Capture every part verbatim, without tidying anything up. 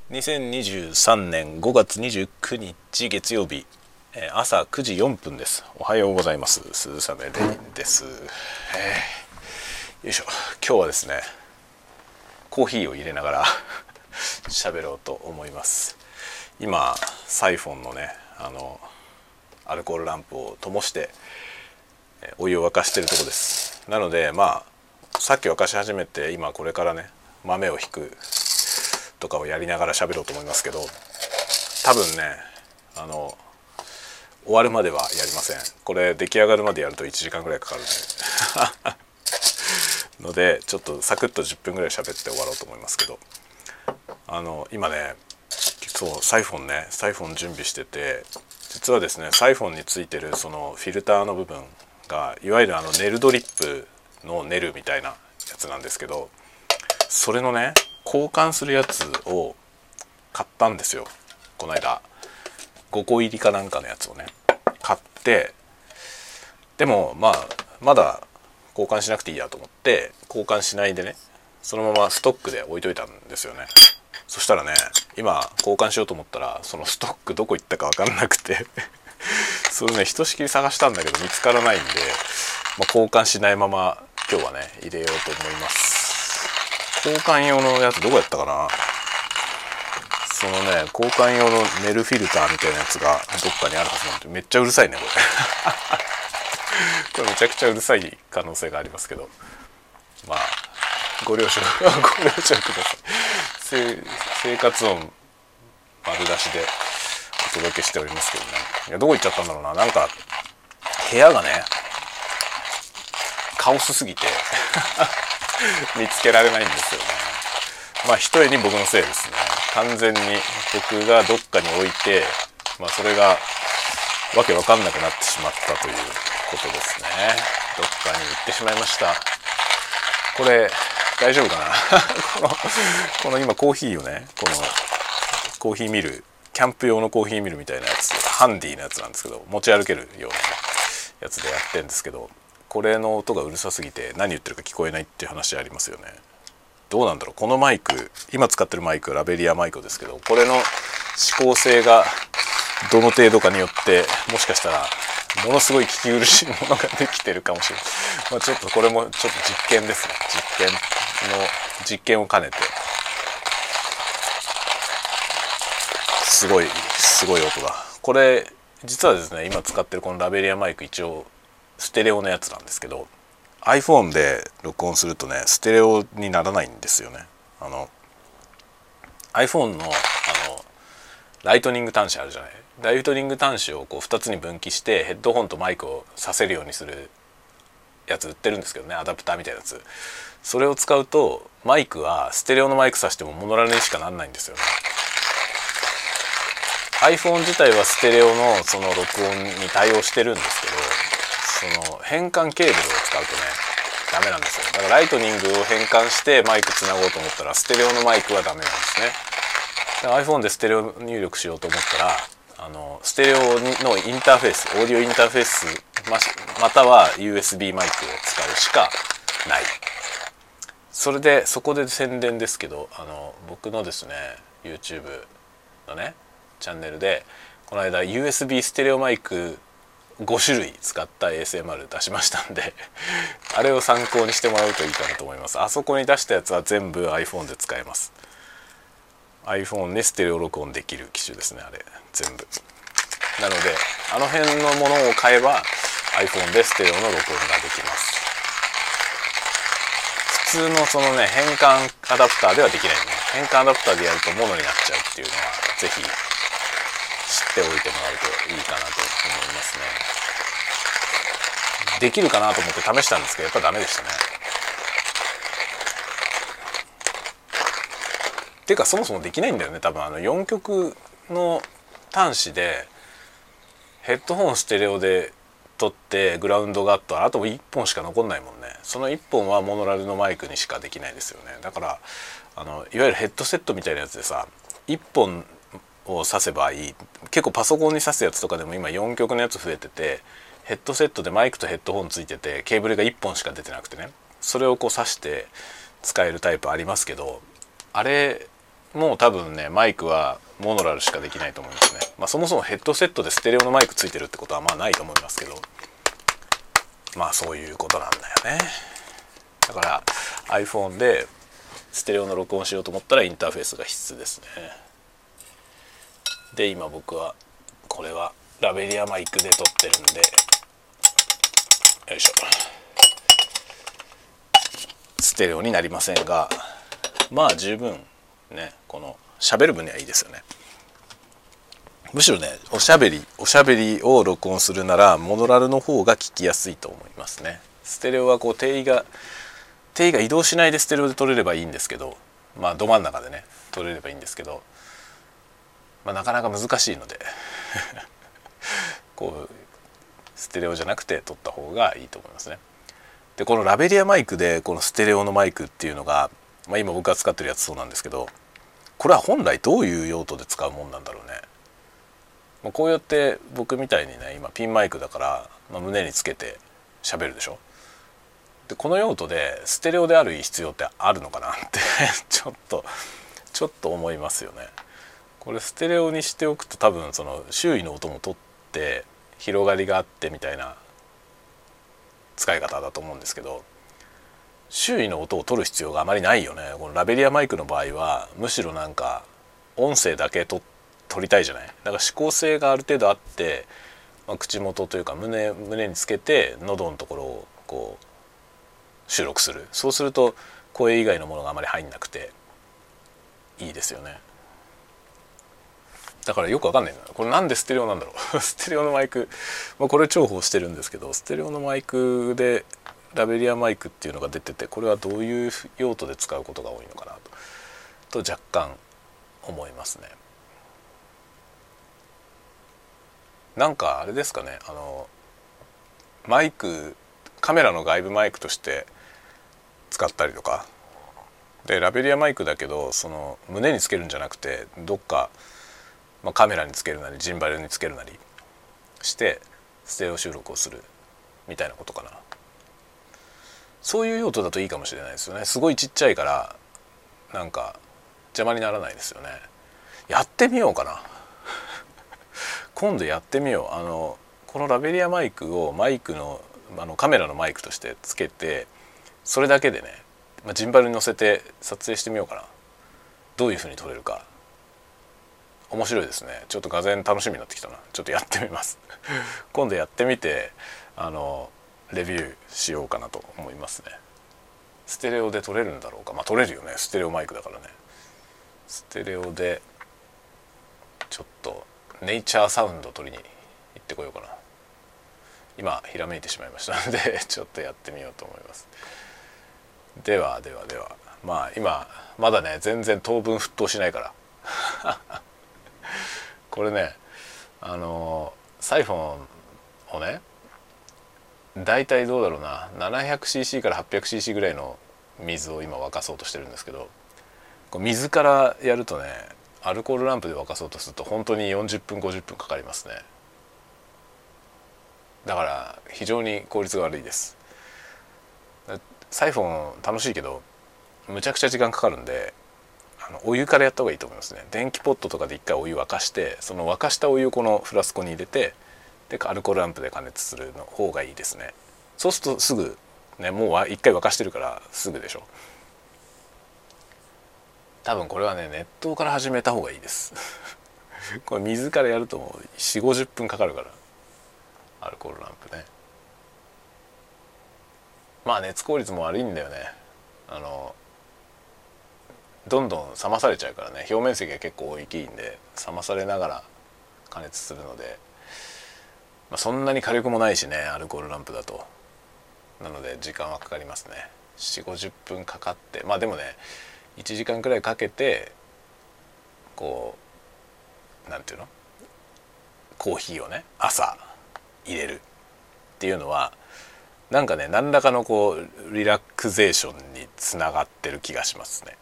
にせんにじゅうさんねんごがつにじゅうくにち月曜日、朝くじよんぷんです。おはようございます。鈴雨レインです、えー、よいしょ。今日はですねコーヒーを入れながら喋ろうと思います。今サイフォンのねあのアルコールランプを灯してお湯を沸かしてるとこです。なのでまあさっき沸かし始めて今これからね豆をひくとかをやりながら喋ろうと思いますけど、多分ねあの終わるまではやりません。これ出来上がるまでやるといちじかんぐらいかかるのでちょっとサクッとじゅっぷんぐらい喋って終わろうと思いますけど、あの今ねそうサイフォンねサイフォン準備してて、実はですねサイフォンについてるそのフィルターの部分がいわゆるあのネルドリップのネルみたいなやつなんですけど、それのね交換するやつを買ったんですよこの間。ごこ入りかなんかのやつをね買って、でもまあまだ交換しなくていいやと思って交換しないでねそのままストックで置いといたんですよね。そしたらね今交換しようと思ったらそのストックどこ行ったか分からなくてそれねひとしきり探したんだけど見つからないんで、まあ、交換しないまま今日はね入れようと思います。交換用のやつどこやったかな。そのね交換用のネルフィルターみたいなやつがどっかにあるはずなんで、めっちゃうるさいねこれこれめちゃくちゃうるさい可能性がありますけど、まあご了承ご了承ください。生活音丸出しでお届けしておりますけどね。いやどこ行っちゃったんだろうな。なんか部屋がねカオスすぎて見つけられないんですよね。まあひとえに僕のせいですね。完全に僕がどっかに置いて、まあそれがわけわかんなくなってしまったということですね。どっかに行ってしまいました。これ大丈夫かなこのこの今コーヒーをねこのコーヒーミル、キャンプ用のコーヒーミルみたいなやつ、ハンディなやつなんですけど、持ち歩けるようなやつでやってるんですけど、これの音がうるさすぎて何言ってるか聞こえないっていう話ありますよね。どうなんだろう。このマイク、今使ってるマイクラベリアマイクですけど、これの指向性がどの程度かによってもしかしたらものすごい聞き苦しいものができてるかもしれない。まあちょっとこれもちょっと実験ですね。実験の実験を兼ねてすごいすごい音だ。これ実はですね今使ってるこのラベリアマイク一応ステレオのやつなんですけど、 iPhone で録音するとねステレオにならないんですよね。あの iPhone の, あのライトニング端子あるじゃない。ライトニング端子をこうふたつに分岐してヘッドホンとマイクをさせるようにするやつ売ってるんですけどね、アダプターみたいなやつ。それを使うとマイクはステレオのマイクさしてもモノラルにしかなんないんですよね。 iPhone 自体はステレオのその録音に対応してるんですけど、その変換ケーブルを使うとねダメなんですよ。だからライトニングを変換してマイクつなごうと思ったらステレオのマイクはダメなんですね。だから iPhone でステレオ入力しようと思ったらあのステレオのインターフェース、オーディオインターフェース ま, または ユーエスビー マイクを使うしかない。それでそこで宣伝ですけど、あの僕のですね YouTube のねチャンネルでこの間 ユーエスビー ステレオマイクごしゅるい使った エーエスエムアール 出しましたんであれを参考にしてもらうといいかなと思います。あそこに出したやつは全部 iPhone で使えます。 iPhone でステレオ録音できる機種ですねあれ全部。なのであの辺のものを買えば iPhone でステレオの録音ができます。普通のそのね変換アダプターではできないね。変換アダプターでやるとモノになっちゃうっていうのはぜひ知っておいてもらうといいかなと思いますね。できるかなと思って試したんですけどやっぱダメでしたね。っていうかそもそもできないんだよね多分。あのよんきょくの端子でヘッドホンステレオで撮ってグラウンドがあったらあといっぽんしか残んないもんね。そのいっぽんはモノラルのマイクにしかできないですよね。だからあのいわゆるヘッドセットみたいなやつでさいっぽんを挿せばいい。結構パソコンに挿すやつとかでも今よんきょくのやつ増えてて、ヘッドセットでマイクとヘッドホンついててケーブルがいっぽんしか出てなくてね、それをこう挿して使えるタイプありますけど、あれもう多分ねマイクはモノラルしかできないと思いますね。まあそもそもヘッドセットでステレオのマイクついてるってことはまあないと思いますけど、まあそういうことなんだよね。だから iPhone でステレオの録音しようと思ったらインターフェースが必須ですね。で今僕はこれはラベリアマイクで撮ってるんで、よいしょ、ステレオになりませんが、まあ十分ねこの喋る分にはいいですよね。むしろねおしゃべりおしゃべりを録音するならモノラルの方が聞きやすいと思いますね。ステレオはこう定位が定位が移動しないでステレオで撮れればいいんですけど、まあど真ん中でね撮れればいいんですけど、まあ、なかなか難しいのでこうステレオじゃなくて撮った方がいいと思いますね。でこのラベリアマイクでこのステレオのマイクっていうのが、まあ、今僕が使ってるやつそうなんですけど、これは本来どういう用途で使うもんなんだろうね。まあ、こうやって僕みたいにね今ピンマイクだから、まあ、胸につけて喋るでしょ。でこの用途でステレオである必要ってあるのかなってちょっとちょっと思いますよね。これステレオにしておくと多分その周囲の音も取って広がりがあってみたいな使い方だと思うんですけど、周囲の音を取る必要があまりないよね。このラベリアマイクの場合はむしろなんか音声だけと取りたいじゃない。だから指向性がある程度あって、まあ、口元というか胸胸につけて喉のところをこう収録する。そうすると声以外のものがあまり入んなくていいですよね。だからよくわかんないな、これなんでステレオなんだろうステレオのマイク、まあ、これ重宝してるんですけど、ステレオのマイクでラベリアマイクっていうのが出てて、これはどういう用途で使うことが多いのかなとと若干思いますね。なんかあれですかね、あのマイクカメラの外部マイクとして使ったりとかで、ラベリアマイクだけどその胸につけるんじゃなくてどっか、まあ、カメラにつけるなりジンバルにつけるなりしてステレオ収録をするみたいなことかな。そういう用途だといいかもしれないですよね。すごいちっちゃいからなんか邪魔にならないですよね。やってみようかな今度やってみよう。あのこのラベリアマイクをマイクのあのカメラのマイクとしてつけて、それだけでね、まあ、ジンバルに乗せて撮影してみようかな。どういう風に撮れるか面白いですね。ちょっとがぜん楽しみになってきたな。ちょっとやってみます今度やってみてあのレビューしようかなと思いますね。ステレオで撮れるんだろうか。まあ撮れるよね、ステレオマイクだからね。ステレオでちょっとネイチャーサウンド撮りに行ってこようかな。今ひらめいてしまいましたのでちょっとやってみようと思います。ではではでは、まあ今まだね全然当分沸騰しないからこれねあのサイフォンをねだいたいどうだろうな ななひゃくシーシー から はっぴゃくシーシー ぐらいの水を今沸かそうとしてるんですけど、こう水からやるとねアルコールランプで沸かそうとすると本当によんじゅっぷんごじゅっぷんかかりますね。だから非常に効率が悪いです。サイフォン楽しいけどむちゃくちゃ時間かかるんで、あのお湯からやった方がいいと思いますね。電気ポットとかで一回お湯沸かして、その沸かしたお湯をこのフラスコに入れて、でアルコールランプで加熱するの方がいいですね。そうするとすぐね、もう一回沸かしてるからすぐでしょ。多分これはね熱湯から始めた方がいいですこれ水からやるともう よんじゅうごじゅっぷんかかるから、アルコールランプね。まあ熱効率も悪いんだよね。あのどんどん冷まされちゃうからね。表面積が結構大きいんで冷まされながら加熱するので、まあ、そんなに火力もないしねアルコールランプだと。なので時間はかかりますね。よんじゅうごじゅっぷんかかって、まあでもねいちじかんくらいかけてこうなんていうのコーヒーをね朝入れるっていうのはなんかね何らかのこうリラクゼーションにつながってる気がしますね。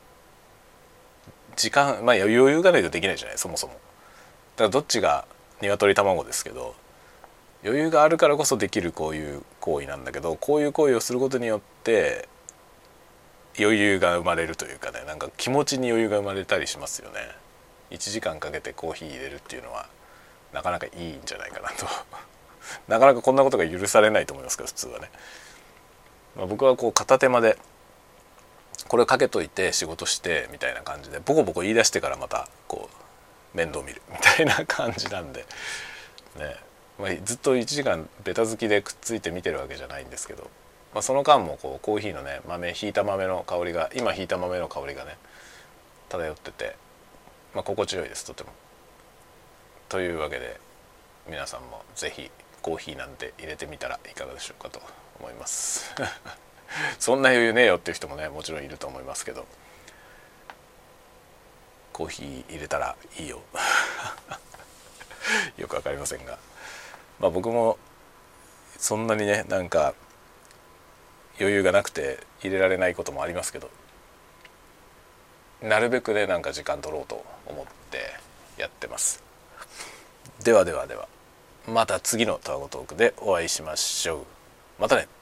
時間まあ余裕がないとできないじゃない、そもそも。だからどっちが鶏卵ですけど、余裕があるからこそできるこういう行為なんだけど、こういう行為をすることによって余裕が生まれるというかね、なんか気持ちに余裕が生まれたりしますよね。いちじかんかけてコーヒー入れるっていうのはなかなかいいんじゃないかなとなかなかこんなことが許されないと思いますけど普通はね、まあ、僕はこう片手間でこれをかけといて仕事してみたいな感じでボコボコ言い出してからまたこう面倒見るみたいな感じなんでね、まあ、ずっといちじかんベタ好きでくっついて見てるわけじゃないんですけど、まあ、その間もこうコーヒーのね豆ひいた豆の香りが今ひいた豆の香りがね漂ってて、まあ、心地よいですとても。というわけで皆さんもぜひコーヒーなんて入れてみたらいかがでしょうかと思いますそんな余裕ねえよっていう人もねもちろんいると思いますけど、コーヒー入れたらいいよよくわかりませんが、まあ僕もそんなにねなんか余裕がなくて入れられないこともありますけど、なるべくねなんか時間取ろうと思ってやってます。ではではではまた次のタワゴトークでお会いしましょう。またね。